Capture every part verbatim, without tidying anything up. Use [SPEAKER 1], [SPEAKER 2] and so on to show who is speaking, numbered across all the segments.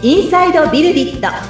[SPEAKER 1] インサイドビルディット。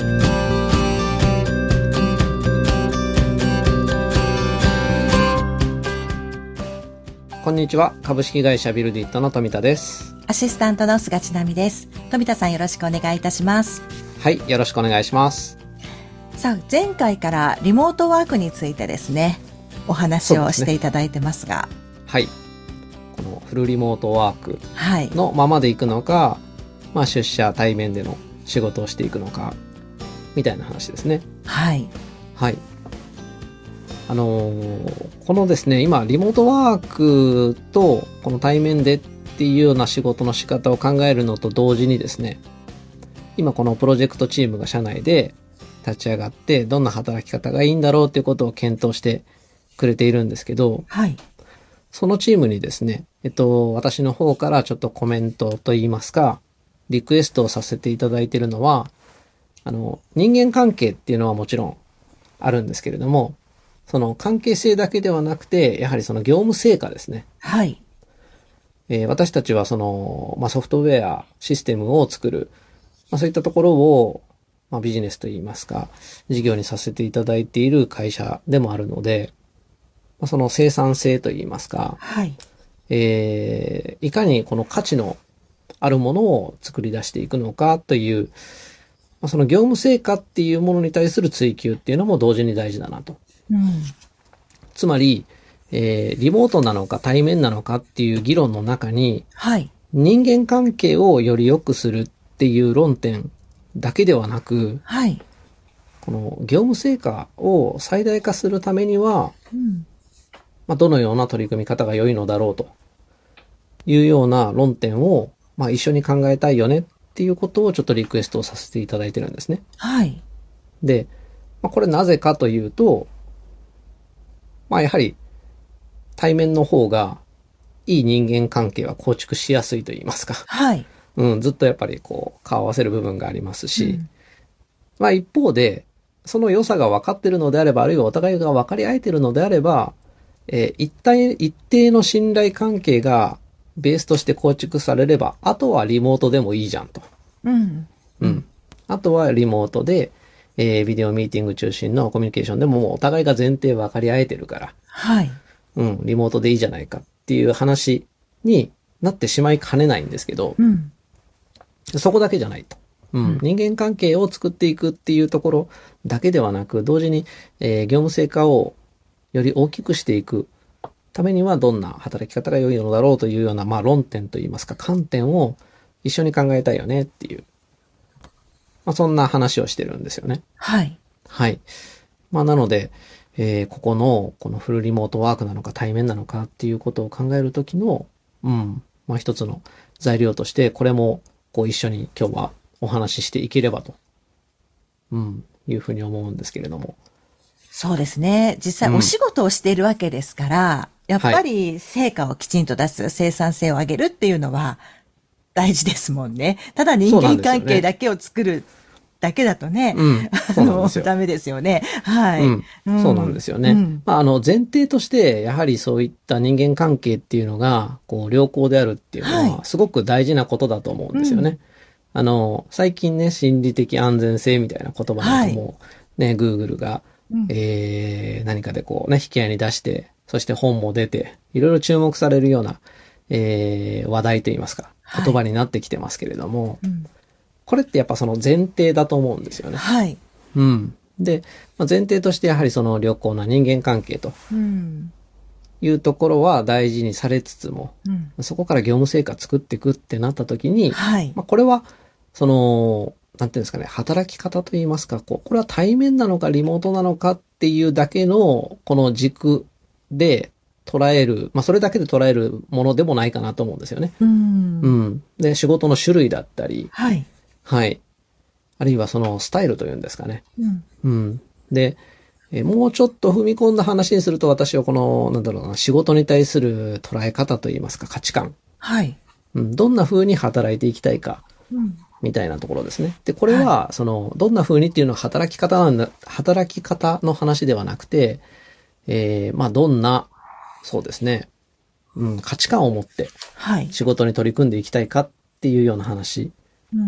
[SPEAKER 2] こんにちは。株式会社ビルディットの富田です。
[SPEAKER 3] アシスタントの菅千奈美です。富田さん、よろしくお願いいたします。
[SPEAKER 2] はい、よろしくお願いします。
[SPEAKER 3] さあ、前回からリモートワークについてですね、お話をしていただいてますが、
[SPEAKER 2] はい、このフルリモートワーク
[SPEAKER 3] はい
[SPEAKER 2] のままでいくのか、まあ、出社対面での仕事をしていくのかみたいな話ですね。
[SPEAKER 3] はい
[SPEAKER 2] はいあのーこのですね、今リモートワークとこの対面でっていうような仕事の仕方を考えるのと同時にですね、今このプロジェクトチームが社内で立ち上がってどんな働き方がいいんだろうということを検討してくれているんですけど、
[SPEAKER 3] はい
[SPEAKER 2] そのチームにですね、えっと、私の方からちょっとコメントといいますか、リクエストをさせていただいているのは、あの、人間関係っていうのはもちろんあるんですけれども、その関係性だけではなくて、やはりその業務成果ですね。
[SPEAKER 3] はい
[SPEAKER 2] えー私たちはその、まあ、ソフトウェア、システムを作る、まあ、そういったところを、まあ、ビジネスといいますか、事業にさせていただいている会社でもあるので、まあ、その生産性といいますか、
[SPEAKER 3] はい
[SPEAKER 2] えーいかにこの価値のあるものを作り出していくのかという、まあ、その業務成果っていうものに対する追求っていうのも同時に大事だなと。
[SPEAKER 3] うん
[SPEAKER 2] つまり、えーリモートなのか対面なのかっていう議論の中に、
[SPEAKER 3] はい
[SPEAKER 2] 人間関係をより良くするっていう論点だけではなく、
[SPEAKER 3] はい
[SPEAKER 2] この業務成果を最大化するためには、
[SPEAKER 3] うん
[SPEAKER 2] まあ、どのような取り組み方が良いのだろうというような論点を、まあ、一緒に考えたいよねっていうことをちょっとリクエストをさせていただいてるんですね。
[SPEAKER 3] はい
[SPEAKER 2] で、まあ、これなぜかというと、まあ、やはり対面の方がいい人間関係は構築しやすいと言いますか。
[SPEAKER 3] はい
[SPEAKER 2] うん、ずっとやっぱりこう顔合わせる部分がありますし、
[SPEAKER 3] うん
[SPEAKER 2] まあ一方で、その良さが分かっているのであれば、あるいはお互いが分かり合えているのであれば、えー一体、一定の信頼関係がベースとして構築されれば、あとはリモートでもいいじゃんと。
[SPEAKER 3] うん
[SPEAKER 2] うん。あとはリモートで、えービデオミーティング中心のコミュニケーションでももうお互いが前提分かり合えてるから、
[SPEAKER 3] はい
[SPEAKER 2] うん、リモートでいいじゃないかっていう話になってしまいかねないんですけど、
[SPEAKER 3] うん
[SPEAKER 2] そこだけじゃないと。うん、人間関係を作っていくっていうところだけではなく、同時に、えー業務成果をより大きくしていくためにはどんな働き方が良いのだろうというような、まあ論点といいますか観点を一緒に考えたいよねっていう、まあそんな話をしてるんですよね。
[SPEAKER 3] はい
[SPEAKER 2] はい。まあなので、えーここの、このフルリモートワークなのか対面なのかっていうことを考えるときの、うん、まあ一つの材料として、これも、こう一緒に今日はお話ししていければと、うん、いうふうに思うんですけれども。
[SPEAKER 3] そうですね。実際お仕事をしているわけですから、やっぱり成果をきちんと出す、生産性を上げるっていうのは大事ですもんね。ただ人間関係だけを作るだけだとね、
[SPEAKER 2] うん、そうなんですよ。
[SPEAKER 3] ダメですよね。はい。
[SPEAKER 2] うん、そうなんですよね。
[SPEAKER 3] うん
[SPEAKER 2] まあ、あの、前提として、やはりそういった人間関係っていうのが、こう、良好であるっていうの
[SPEAKER 3] は
[SPEAKER 2] は、すごく大事なことだと思うんですよね。
[SPEAKER 3] うん
[SPEAKER 2] あの、最近ね、心理的安全性みたいな言葉なんかも、ね、Google が、
[SPEAKER 3] うん
[SPEAKER 2] えー、何かでこうね、引き合いに出して、そして本も出て、いろいろ注目されるような、えー、話題といいますか、
[SPEAKER 3] はい
[SPEAKER 2] 言葉になってきてますけれども、
[SPEAKER 3] うん
[SPEAKER 2] これってやっぱその前提だと思うんですよね。
[SPEAKER 3] はい。
[SPEAKER 2] うん。で、まあ、前提としてやはりその良好な人間関係と
[SPEAKER 3] うん
[SPEAKER 2] いうところは大事にされつつも、
[SPEAKER 3] うん
[SPEAKER 2] そこから業務成果作っていくってなった時に、
[SPEAKER 3] はい。
[SPEAKER 2] まあ、これは、その、なんていうんですかね、働き方といいますか、こう、これは対面なのかリモートなのかっていうだけの、この軸で捉える、まあ、それだけで捉えるものでもないかなと思うんですよね。
[SPEAKER 3] うん
[SPEAKER 2] うん。で、仕事の種類だったり、
[SPEAKER 3] はい。
[SPEAKER 2] はい。あるいはそのスタイルというんですかね。
[SPEAKER 3] うん
[SPEAKER 2] うん。で、えーもうちょっと踏み込んだ話にすると私はこの、なんだろうな、仕事に対する捉え方といいますか、価値観。
[SPEAKER 3] はい。
[SPEAKER 2] うん、どんな風に働いていきたいか、
[SPEAKER 3] うん
[SPEAKER 2] みたいなところですね。で、これは、その、どんな風にっていうのは働き方なんだ、働き方の話ではなくて、えー、まあ、どんな、そうですね、うん、価値観を持って
[SPEAKER 3] はい。
[SPEAKER 2] 仕事に取り組んでいきたいかっていうような話
[SPEAKER 3] うん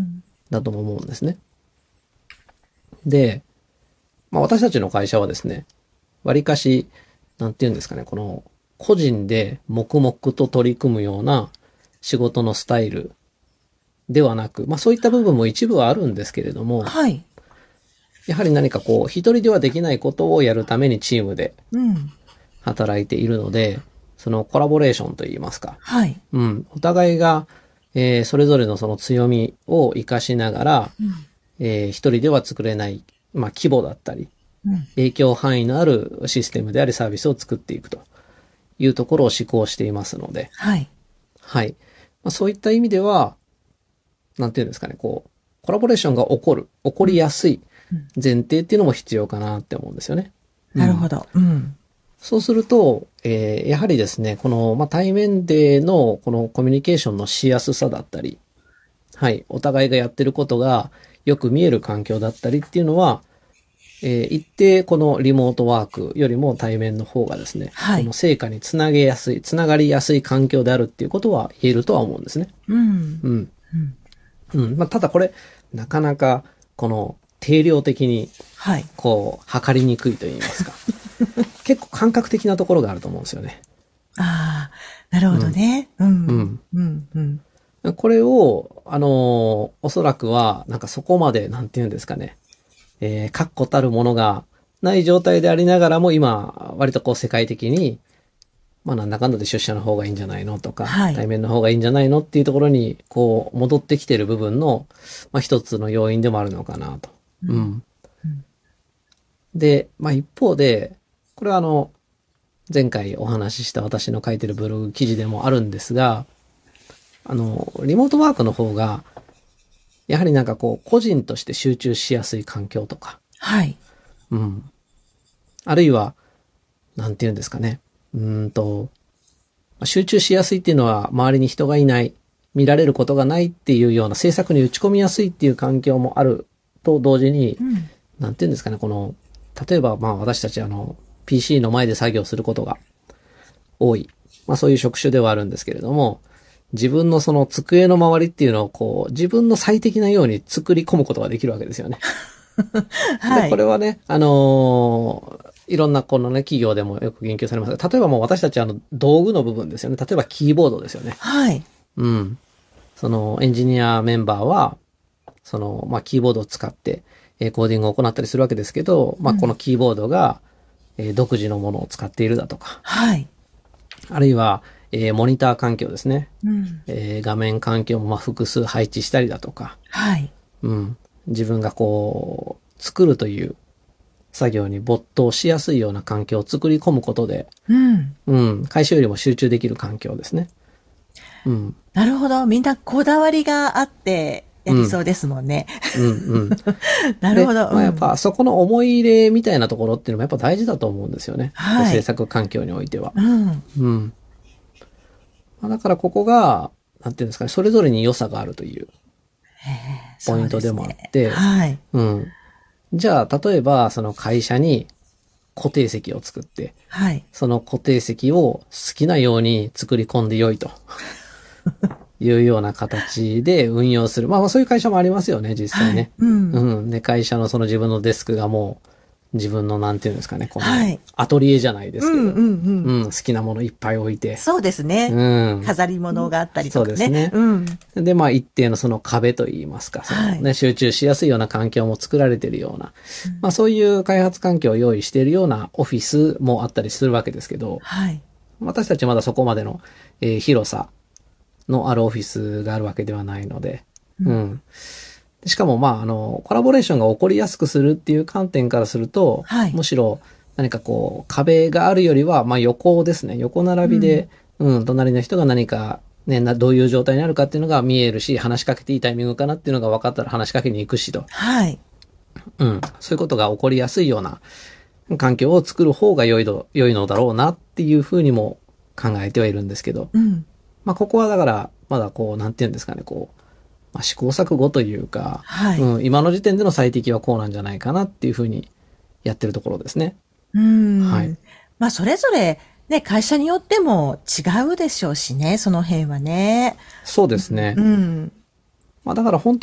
[SPEAKER 2] だとも思うんですね。で、まあ私たちの会社はですね、わりかし、なんていうんですかね、この個人で黙々と取り組むような仕事のスタイルではなく、まあそういった部分も一部はあるんですけれども、
[SPEAKER 3] はい。
[SPEAKER 2] やはり何かこう、一人ではできないことをやるためにチームで
[SPEAKER 3] うん。
[SPEAKER 2] 働いているので、そのコラボレーションといいますか。
[SPEAKER 3] はい。
[SPEAKER 2] うん。お互いが、えーそれぞれのその強みを活かしながら、
[SPEAKER 3] うん。
[SPEAKER 2] えー一人では作れない、まあ規模だったり、
[SPEAKER 3] うん。
[SPEAKER 2] 影響範囲のあるシステムでありサービスを作っていくというところを施行していますので、
[SPEAKER 3] はい。
[SPEAKER 2] はい。まあ、そういった意味では、なんていうんですかね、こう、コラボレーションが起こる、起こりやすい前提っていうのも必要かなって思うんですよね。うん
[SPEAKER 3] なるほど。うん。
[SPEAKER 2] そうすると、えーやはりですね、この、まあ、対面でのこのコミュニケーションのしやすさだったり、はい、お互いがやってることがよく見える環境だったりっていうのは、えー一定このリモートワークよりも対面の方がですね、
[SPEAKER 3] はい
[SPEAKER 2] この成果につなげやすい、つながりやすい環境であるっていうことは言えるとは思うんですね。
[SPEAKER 3] うん。
[SPEAKER 2] うん。うん。まあ、ただこれ、なかなか、この、定量的に、
[SPEAKER 3] はい。
[SPEAKER 2] こう、測りにくいと言いますか。結構感覚的なところがあると思うんですよね。
[SPEAKER 3] ああ、なるほどね。うん。
[SPEAKER 2] うん。
[SPEAKER 3] うん。うん。
[SPEAKER 2] これを、あのーおそらくは、なんかそこまで、なんて言うんですかね。えー、確固たるものがない状態でありながらも、今、割とこう世界的に、まあなんだかんだで出社の方がいいんじゃないのとか、
[SPEAKER 3] はい
[SPEAKER 2] 対面の方がいいんじゃないのっていうところに、こう、戻ってきてる部分の、まあ一つの要因でもあるのかなと。うん。
[SPEAKER 3] うん
[SPEAKER 2] で、まあ一方で、これはあの、前回お話しした私の書いてるブログ記事でもあるんですが、あの、リモートワークの方が、やはりなんかこう、個人として集中しやすい環境とか、
[SPEAKER 3] はい。
[SPEAKER 2] うん。あるいは、なんて言うんですかね。うーんと、まあ集中しやすいっていうのは、周りに人がいない、見られることがないっていうような制作に打ち込みやすいっていう環境もあると同時に
[SPEAKER 3] う、ん。
[SPEAKER 2] なんて言うんですかね、この、例えばまあ私たちあの、ピーシー の前で作業することが多い。まあそういう職種ではあるんですけれども、自分のその机の周りっていうのをこう、自分の最適なように作り込むことができるわけですよね。で、
[SPEAKER 3] はい。
[SPEAKER 2] これはね、あのーいろんなこのね、企業でもよく言及されますが、例えばもう私たちあの、道具の部分ですよね。例えばキーボードですよね。
[SPEAKER 3] はい。
[SPEAKER 2] うん。その、エンジニアメンバーは、その、まあ、キーボードを使って、えーコーディングを行ったりするわけですけど、まあ、
[SPEAKER 3] うん
[SPEAKER 2] このキーボードが、えー独自のものを使っているだとか、
[SPEAKER 3] はい。
[SPEAKER 2] あるいは、えーモニター環境ですね。
[SPEAKER 3] うん。
[SPEAKER 2] えー画面環境もまあ複数配置したりだとか、
[SPEAKER 3] はい。
[SPEAKER 2] うん。自分がこう、作るという作業に没頭しやすいような環境を作り込むことで、
[SPEAKER 3] うん。
[SPEAKER 2] うん。会社よりも集中できる環境ですね。うん。
[SPEAKER 3] なるほど。みんなこだわりがあってやりそうですもんね。
[SPEAKER 2] うんうん。
[SPEAKER 3] なるほど。
[SPEAKER 2] でまあ、やっぱそこの思い入れみたいなところっていうのもやっぱ大事だと思うんですよね。
[SPEAKER 3] はい
[SPEAKER 2] こう制作環境においては。
[SPEAKER 3] うん。
[SPEAKER 2] うん。まあ、だからここが、なんていうんですかね、それぞれに良さがあるというポイントでもあって、
[SPEAKER 3] そうですねはい。
[SPEAKER 2] うん。じゃあ、例えば、その会社に固定席を作って、
[SPEAKER 3] はい。
[SPEAKER 2] その固定席を好きなように作り込んでよいと。いうような形で運用する。まあそういう会社もありますよね、実際ね。
[SPEAKER 3] はいうん
[SPEAKER 2] うん。で、会社のその自分のデスクがもう、自分のなんていうんですかね、この
[SPEAKER 3] はい、
[SPEAKER 2] アトリエじゃないですけど、
[SPEAKER 3] うんうんうん。
[SPEAKER 2] うん、好きなものいっぱい置いて。
[SPEAKER 3] そうですね。
[SPEAKER 2] うん。
[SPEAKER 3] 飾り物があったりとかね。
[SPEAKER 2] そうですね
[SPEAKER 3] うん。
[SPEAKER 2] で、まあ一定のその壁といいますか、そのね、
[SPEAKER 3] はい
[SPEAKER 2] 集中しやすいような環境も作られているような、まあそういう開発環境を用意しているようなオフィスもあったりするわけですけど、
[SPEAKER 3] はい。
[SPEAKER 2] 私たちまだそこまでの、えー広さのあるオフィスがあるわけではないので、
[SPEAKER 3] うん
[SPEAKER 2] うん。しかも、まあ、あの、コラボレーションが起こりやすくするっていう観点からすると、
[SPEAKER 3] はい
[SPEAKER 2] むしろ何かこう、壁があるよりは、まあ横ですね。横並びで、うん、隣の人が何か、ね、などういう状態にあるかっていうのが見えるし、話しかけていいタイミングかなっていうのが分かったら話しかけに行くしと。
[SPEAKER 3] はい。
[SPEAKER 2] うん。そういうことが起こりやすいような環境を作る方が良いの、良いのだろうなっていうふうにも考えてはいるんですけど。
[SPEAKER 3] うん。
[SPEAKER 2] まあ、ここはだから、まだこう、なんていうんですかね、こう、まあ、試行錯誤というか、
[SPEAKER 3] はい
[SPEAKER 2] うん、今の時点での最適はこうなんじゃないかなっていうふうにやってるところですね。
[SPEAKER 3] うん。
[SPEAKER 2] はい
[SPEAKER 3] まあ、それぞれ、ね、会社によっても違うでしょうしね、その辺はね。
[SPEAKER 2] そうですね。
[SPEAKER 3] うん。
[SPEAKER 2] まあ、だから本当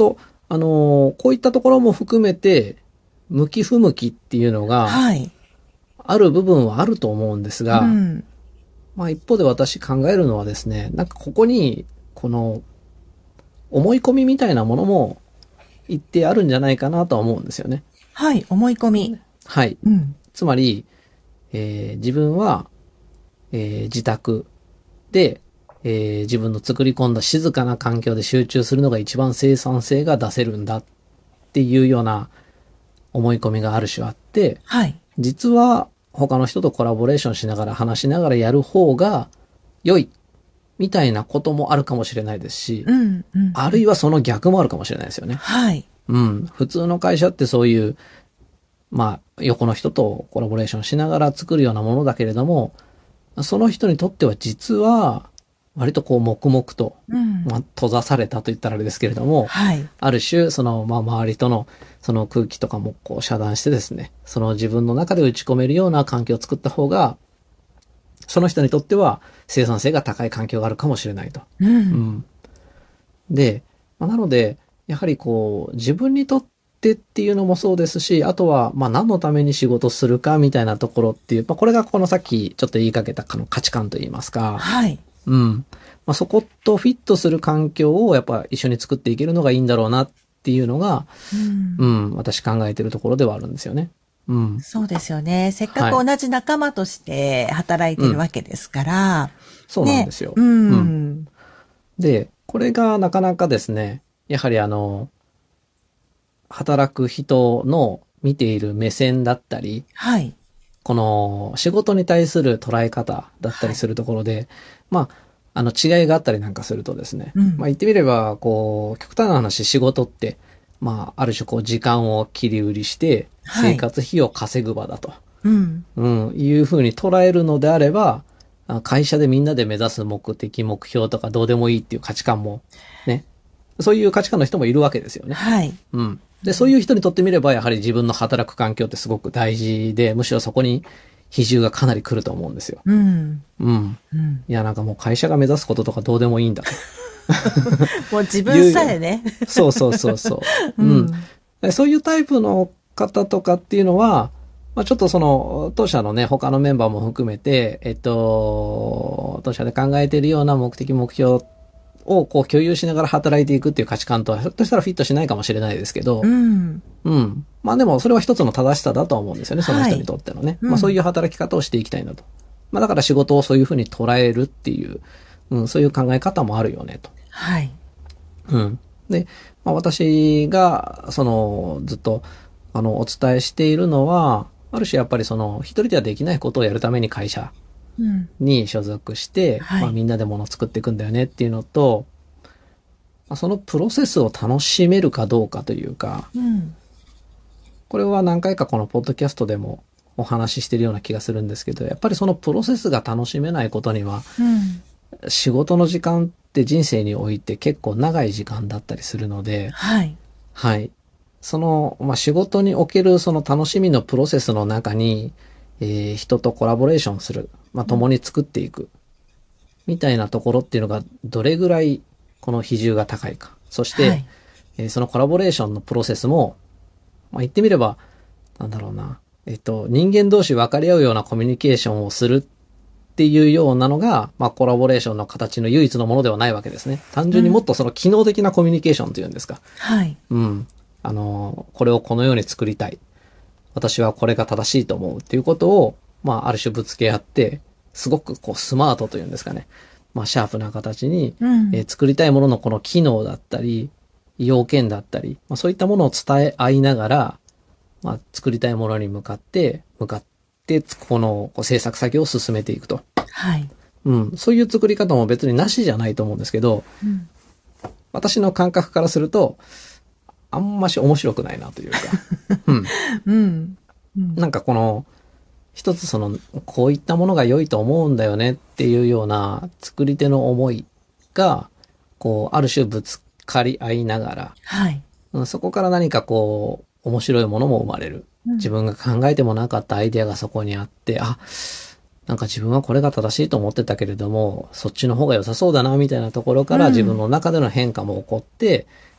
[SPEAKER 2] あの、こういったところも含めて、向き不向きっていうのが、
[SPEAKER 3] はい。
[SPEAKER 2] ある部分はあると思うんですが、
[SPEAKER 3] うん。
[SPEAKER 2] まあ一方で私考えるのはですね、なんかここに、この、思い込みみたいなものも一定あるんじゃないかなとは思うんですよね。
[SPEAKER 3] はい、思い込み。
[SPEAKER 2] はい。
[SPEAKER 3] うん。
[SPEAKER 2] つまり、えー自分は、えー自宅で、えー自分の作り込んだ静かな環境で集中するのが一番生産性が出せるんだっていうような思い込みがある種あって、
[SPEAKER 3] はい。
[SPEAKER 2] 実は他の人とコラボレーションしながら話しながらやる方が良いみたいなこともあるかもしれないですし、
[SPEAKER 3] うん、うん。
[SPEAKER 2] あるいはその逆もあるかもしれないですよね。
[SPEAKER 3] はい。
[SPEAKER 2] うん。普通の会社ってそういう、まあ、横の人とコラボレーションしながら作るようなものだけれども、その人にとっては実は、割とこう黙々と、
[SPEAKER 3] うん。
[SPEAKER 2] まあ、閉ざされたと言ったらあれですけれども、
[SPEAKER 3] はい。
[SPEAKER 2] ある種、その、まあ、周りとの、その空気とかもこう遮断してですね、その自分の中で打ち込めるような環境を作った方が、その人にとっては生産性が高い環境があるかもしれないと。
[SPEAKER 3] う。
[SPEAKER 2] うんん。で、まあ、なので、やはりこう、自分にとってっていうのもそうですし、あとは、まあ何のために仕事するかみたいなところっていう、まあこれがこのさっきちょっと言いかけたこの価値観といいますか、
[SPEAKER 3] はい。
[SPEAKER 2] うん。まあそことフィットする環境をやっぱ一緒に作っていけるのがいいんだろうなっていうのが、
[SPEAKER 3] うん
[SPEAKER 2] う。ん、私考えてるところではあるんですよね。うん。
[SPEAKER 3] そうですよね。せっか
[SPEAKER 2] はい
[SPEAKER 3] く同じ仲間として働いてるわけですから。
[SPEAKER 2] そうなん
[SPEAKER 3] ね。
[SPEAKER 2] ですよ。
[SPEAKER 3] う
[SPEAKER 2] うん
[SPEAKER 3] ん。
[SPEAKER 2] で、これがなかなかですね、やはりあの、働く人の見ている目線だったり、
[SPEAKER 3] はい。
[SPEAKER 2] この仕事に対する捉え方だったりするところで、まあ、あの違いがあったりなんかするとですね、
[SPEAKER 3] うん
[SPEAKER 2] まあ言ってみれば、こう、極端な話仕事って、まあ、ある種こう時間を切り売りして
[SPEAKER 3] はい
[SPEAKER 2] 生活費を稼ぐ場だと、
[SPEAKER 3] うん。
[SPEAKER 2] うん、いうふうに捉えるのであれば、あ会社でみんなで目指す目的、目標とかどうでもいいっていう価値観も、ね、そういう価値観の人もいるわけですよね。
[SPEAKER 3] はい。
[SPEAKER 2] うん。で、そういう人にとってみれば、やはり自分の働く環境ってすごく大事で、むしろそこに比重がかなり来ると思うんですよ。
[SPEAKER 3] うん。
[SPEAKER 2] うん。
[SPEAKER 3] うん。
[SPEAKER 2] いや、なんかもう会社が目指すこととかどうでもいいんだと。
[SPEAKER 3] もう自分さえね。
[SPEAKER 2] そうそうそうそう。
[SPEAKER 3] う
[SPEAKER 2] うんん。でそういうタイプの方とかっていうのは、まあ、ちょっとその、当社のね、他のメンバーも含めて、えっと、当社で考えているような目的、目標をこう共有しながら働いていくっていう価値観とは、ひょっとしたらフィットしないかもしれないですけど、
[SPEAKER 3] うん。
[SPEAKER 2] うん。まあでも、それは一つの正しさだとは思うんですよね、その人にとってのね。
[SPEAKER 3] うん
[SPEAKER 2] まあそういう働き方をしていきたいんだと。まあだから仕事をそういうふうに捉えるっていう、うん、そういう考え方もあるよね、と。
[SPEAKER 3] はい。
[SPEAKER 2] うん。で、まあ私が、その、ずっと、あの、お伝えしているのは、ある種やっぱりその、一人ではできないことをやるために会社
[SPEAKER 3] うん。
[SPEAKER 2] に所属して、
[SPEAKER 3] はい
[SPEAKER 2] まあみんなで物を作っていくんだよねっていうのと、まあそのプロセスを楽しめるかどうかというか、
[SPEAKER 3] うん。
[SPEAKER 2] これは何回かこのポッドキャストでもお話ししてるような気がするんですけど、やっぱりそのプロセスが楽しめないことには、
[SPEAKER 3] うん。
[SPEAKER 2] 仕事の時間って人生において結構長い時間だったりするので、
[SPEAKER 3] はい。
[SPEAKER 2] はい。その、まあ、仕事におけるその楽しみのプロセスの中に、えー人とコラボレーションする、まあ、共に作っていく、みたいなところっていうのがどれぐらいこの比重が高いか。そして、
[SPEAKER 3] はい。
[SPEAKER 2] えーそのコラボレーションのプロセスも、まあ、言ってみれば、なんだろうな。えっと、人間同士分かり合うようなコミュニケーションをするっていうようなのが、まあ、コラボレーションの形の唯一のものではないわけですね。単純にもっとその機能的なコミュニケーションというんですか。
[SPEAKER 3] はい。
[SPEAKER 2] うん。あの、これをこのように作りたい。私はこれが正しいと思うっていうことを、まあ、ある種ぶつけ合って、すごくこう、スマートというんですかね。まあ、シャープな形に、
[SPEAKER 3] うん。
[SPEAKER 2] えー作りたいもののこの機能だったり、要件だったり、まあ、そういったものを伝え合いながら、まあ、作りたいものに向かって、向かって、このこう制作作業を進めていくと。
[SPEAKER 3] はい。
[SPEAKER 2] うん。そういう作り方も別になしじゃないと思うんですけど、
[SPEAKER 3] うん。
[SPEAKER 2] 私の感覚からすると、あんまし面白くないなというか。うん。
[SPEAKER 3] うん。うん。
[SPEAKER 2] なんかこの、一つその、こういったものが良いと思うんだよねっていうような作り手の思いが、こう、ある種ぶつかり合いながら、
[SPEAKER 3] はい。
[SPEAKER 2] うんそこから何かこう、面白いものも生まれる。
[SPEAKER 3] うん
[SPEAKER 2] 自分が考えてもなかったアイデアがそこにあって、あ、なんか自分はこれが正しいと思ってたけれども、そっちの方が良さそうだな、みたいなところから
[SPEAKER 3] うん
[SPEAKER 2] 自分の中での変化も起こって、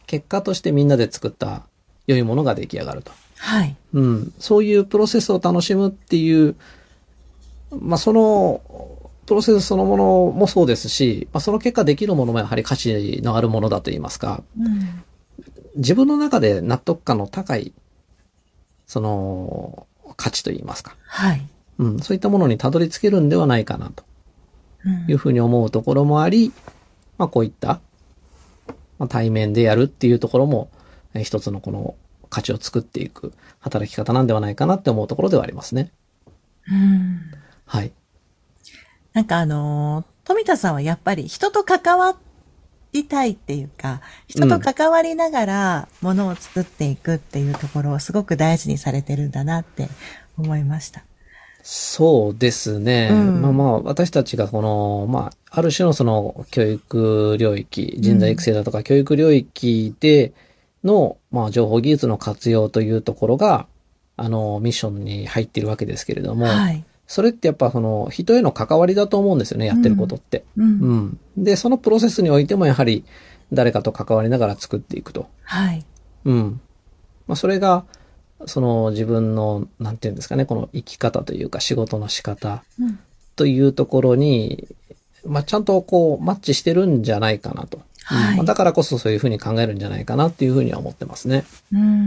[SPEAKER 2] 結果としてみんなで作った良いものが出来上がると。
[SPEAKER 3] はい。
[SPEAKER 2] うん。そういうプロセスを楽しむっていう、まあ、その、プロセスそのものもそうですし、まあ、その結果できるものもやはり価値のあるものだと言いますか、
[SPEAKER 3] うん、
[SPEAKER 2] 自分の中で納得感の高い、その、価値と言いますか。
[SPEAKER 3] はい。
[SPEAKER 2] うん。そういったものにたどり着けるんではないかな、というふうに思うところもあり、まあ、こういった、まあ、対面でやるっていうところも、え一つのこの価値を作っていく働き方なんではないかなって思うところではありますね。
[SPEAKER 3] うん、
[SPEAKER 2] はい。
[SPEAKER 3] なんかあのー、富田さんはやっぱり人と関わりたいっていうか、人と関わりながらものを作っていくっていうところをすごく大事にされてるんだなって思いました。
[SPEAKER 2] そうですね。
[SPEAKER 3] うん、
[SPEAKER 2] まあまあ、私たちがこの、まあ、ある種のその教育領域、人材育成だとか教育領域での、まあ、情報技術の活用というところが、あの、ミッションに入っているわけですけれども、
[SPEAKER 3] はい。
[SPEAKER 2] それってやっぱその人への関わりだと思うんですよね、やってることって。
[SPEAKER 3] うん。
[SPEAKER 2] うん。で、そのプロセスにおいてもやはり誰かと関わりながら作っていくと。
[SPEAKER 3] はい。
[SPEAKER 2] うん。まあ、それが、その自分の、なんていうんですかね、この生き方というか仕事の仕方というところに、まあ、ちゃんとこうマッチしてるんじゃないかなと。
[SPEAKER 3] はい。
[SPEAKER 2] うんまあ、だからこそそういうふうに考えるんじゃないかなっていうふうには思ってますね。
[SPEAKER 3] うん。
[SPEAKER 2] うん。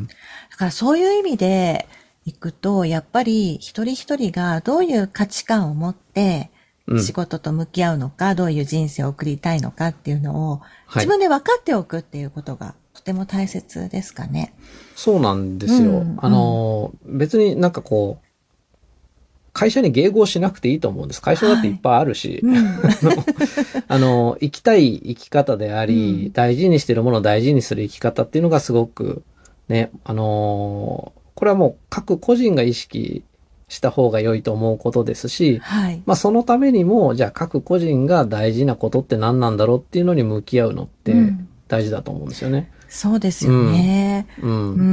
[SPEAKER 3] だからそういう意味でいくと、やっぱり一人一人がどういう価値観を持って仕事と向き合うのか、うん、どういう人生を送りたいのかっていうのを自分で分かっておくっていうことがとても大切ですかね。
[SPEAKER 2] そうなんですよ。うん、あの、別になんかこう、会社に迎合しなくていいと思うんです。会社だっていっぱいあるし、はいうん、あの、生きたい生き方であり、うん、大事にしてるものを大事にする生き方っていうのがすごく、ね、あの、これはもう各個人が意識した方が良いと思うことですし、はい、まあそのためにも、じゃあ各個人が大事なことって何なんだろうっていうのに向き合うのって大事だと思うんですよね。
[SPEAKER 3] うん、そうですよね。
[SPEAKER 2] うん。うんうん、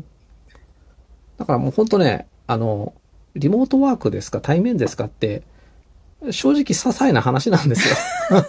[SPEAKER 2] だからもう本当ね、あの、リモートワークですか対面ですかって正直些細な話なんですよ。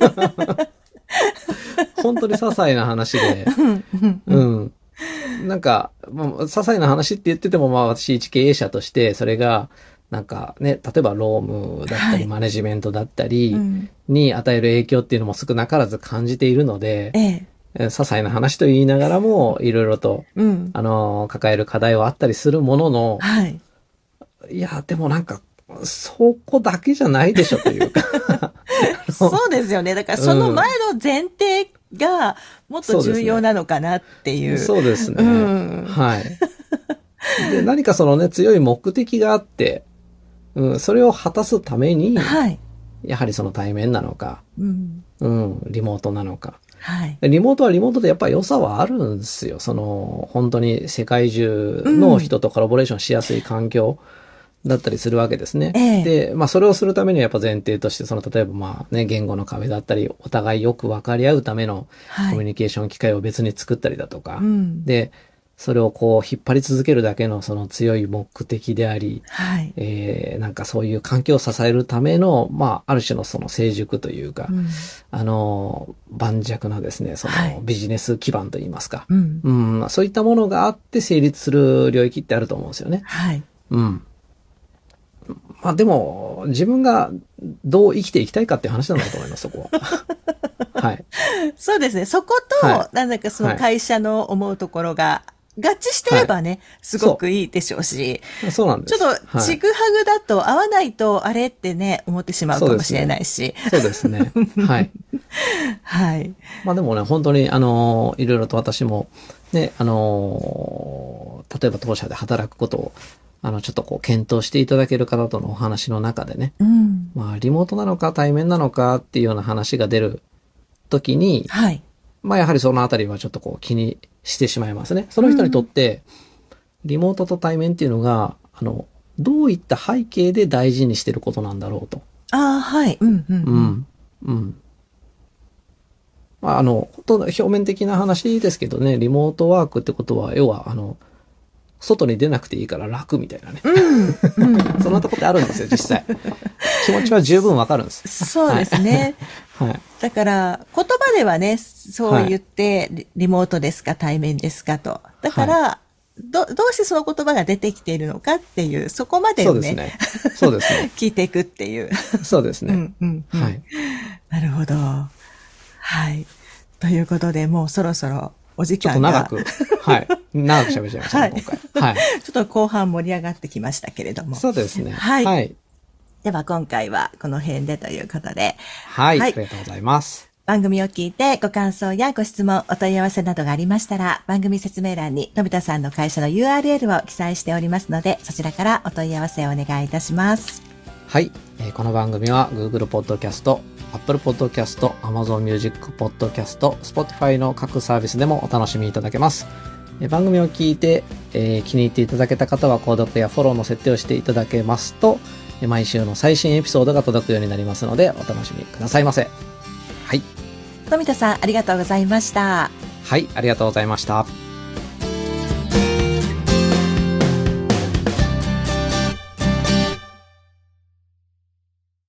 [SPEAKER 2] 本当に些細な話で。うん。なんか、まあ、些細な話って言っててもまあ私一経営者としてそれがなんかね、例えば労務だったりマネジメントだったりに与える影響っていうのも少なからず感じているので、ええ些細な話と言いながらもいろいろと、うん、あの、抱える課題はあったりするものの、はい、いや、でもなんか、そこだけじゃないでしょというか。
[SPEAKER 3] そうですよね。だからその前の前提がもっと重要なのかなっていう。
[SPEAKER 2] そうですね。うん、はい。で、何かそのね、強い目的があって、うん、それを果たすために、はい、やはりその対面なのか、うん、うん、リモートなのか。はい、リモートはリモートでやっぱり良さはあるんですよ。その、本当に世界中の人とコラボレーションしやすい環境だったりするわけですね。ええ、で、まあそれをするためにはやっぱ前提として、その例えばまあね、言語の壁だったり、お互いよく分かり合うためのコミュニケーション機会を別に作ったりだとか、はい、で、それをこう引っ張り続けるだけのその強い目的であり、はい、えー、なんかそういう環境を支えるための、まあある種のその成熟というか、うん、あの、盤石なですね、そのビジネス基盤といいますか、はい、うん、そういったものがあって成立する領域ってあると思うんですよね。はい。うん。まあでも、自分がどう生きていきたいかっていう話なんだと思います、そこは。はい。
[SPEAKER 3] そうですね。そこと、はい、なんだかその会社の思うところが合致してればね、はい、すごくいいでしょうし。
[SPEAKER 2] そう、そうなんです。
[SPEAKER 3] ちょっと、ちぐはぐだと合わないと、あれってね、思ってしまうかもしれないし。
[SPEAKER 2] そうですね。そうですねはい。はい。まあでもね、本当に、あの、いろいろと私も、ね、あの、例えば当社で働くことを、あの、ちょっとこう、検討していただける方とのお話の中でね、うん、まあ、リモートなのか対面なのかっていうような話が出るときに、はい。まあ、やはりそのあたりはちょっとこう、気にしてしまいますね。その人にとって、リモートと対面っていうのが、あの、どういった背景で大事にしてることなんだろうと。
[SPEAKER 3] ああ、はい。うん、うん。
[SPEAKER 2] うん。うん。まあ、あの、本当表面的な話ですけどね、リモートワークってことは、要は、あの、 外に出なくていいから楽みたいなね。
[SPEAKER 3] うん。うん、
[SPEAKER 2] そんなとこってあるんですよ、実際。気持ちは十分わかるんです。
[SPEAKER 3] そうですね。
[SPEAKER 2] はい。はい、
[SPEAKER 3] だから、言葉ではね、そう言って、はい、リモートですか、対面ですかと。だから、はい、ど、どうしてその言葉が出てきているのかっていう、そこまでをね、そうですね。そうですね。聞いていくっていう。
[SPEAKER 2] そうですね。
[SPEAKER 3] うんうんうん、はい。なるほど。はい。ということで、もうそろそろお時間が。
[SPEAKER 2] ちょっと長く、はい。長く喋っちゃいましたね、はい、今回。はい。
[SPEAKER 3] ちょっと後半盛り上がってきましたけれども。
[SPEAKER 2] そうですね。
[SPEAKER 3] はい。
[SPEAKER 2] はい。
[SPEAKER 3] では今回はこの辺でということで。
[SPEAKER 2] はい。はい、ありがとうございます。
[SPEAKER 3] 番組を聞いてご感想やご質問、お問い合わせなどがありましたら、番組説明欄に富田さんの会社の ユーアールエル を記載しておりますので、そちらからお問い合わせをお願いいたします。
[SPEAKER 2] はい。えー、この番組は Google Podcast、Apple Podcast、Amazon Music Podcast、Spotify の各サービスでもお楽しみいただけます。えー、番組を聞いて、えー、気に入っていただけた方は購読やフォローの設定をしていただけますと、毎週の最新エピソードが届くようになりますので、お楽しみくださいませ。はい。
[SPEAKER 3] 富田さん、ありがとうございました。
[SPEAKER 2] はい、ありがとうございました。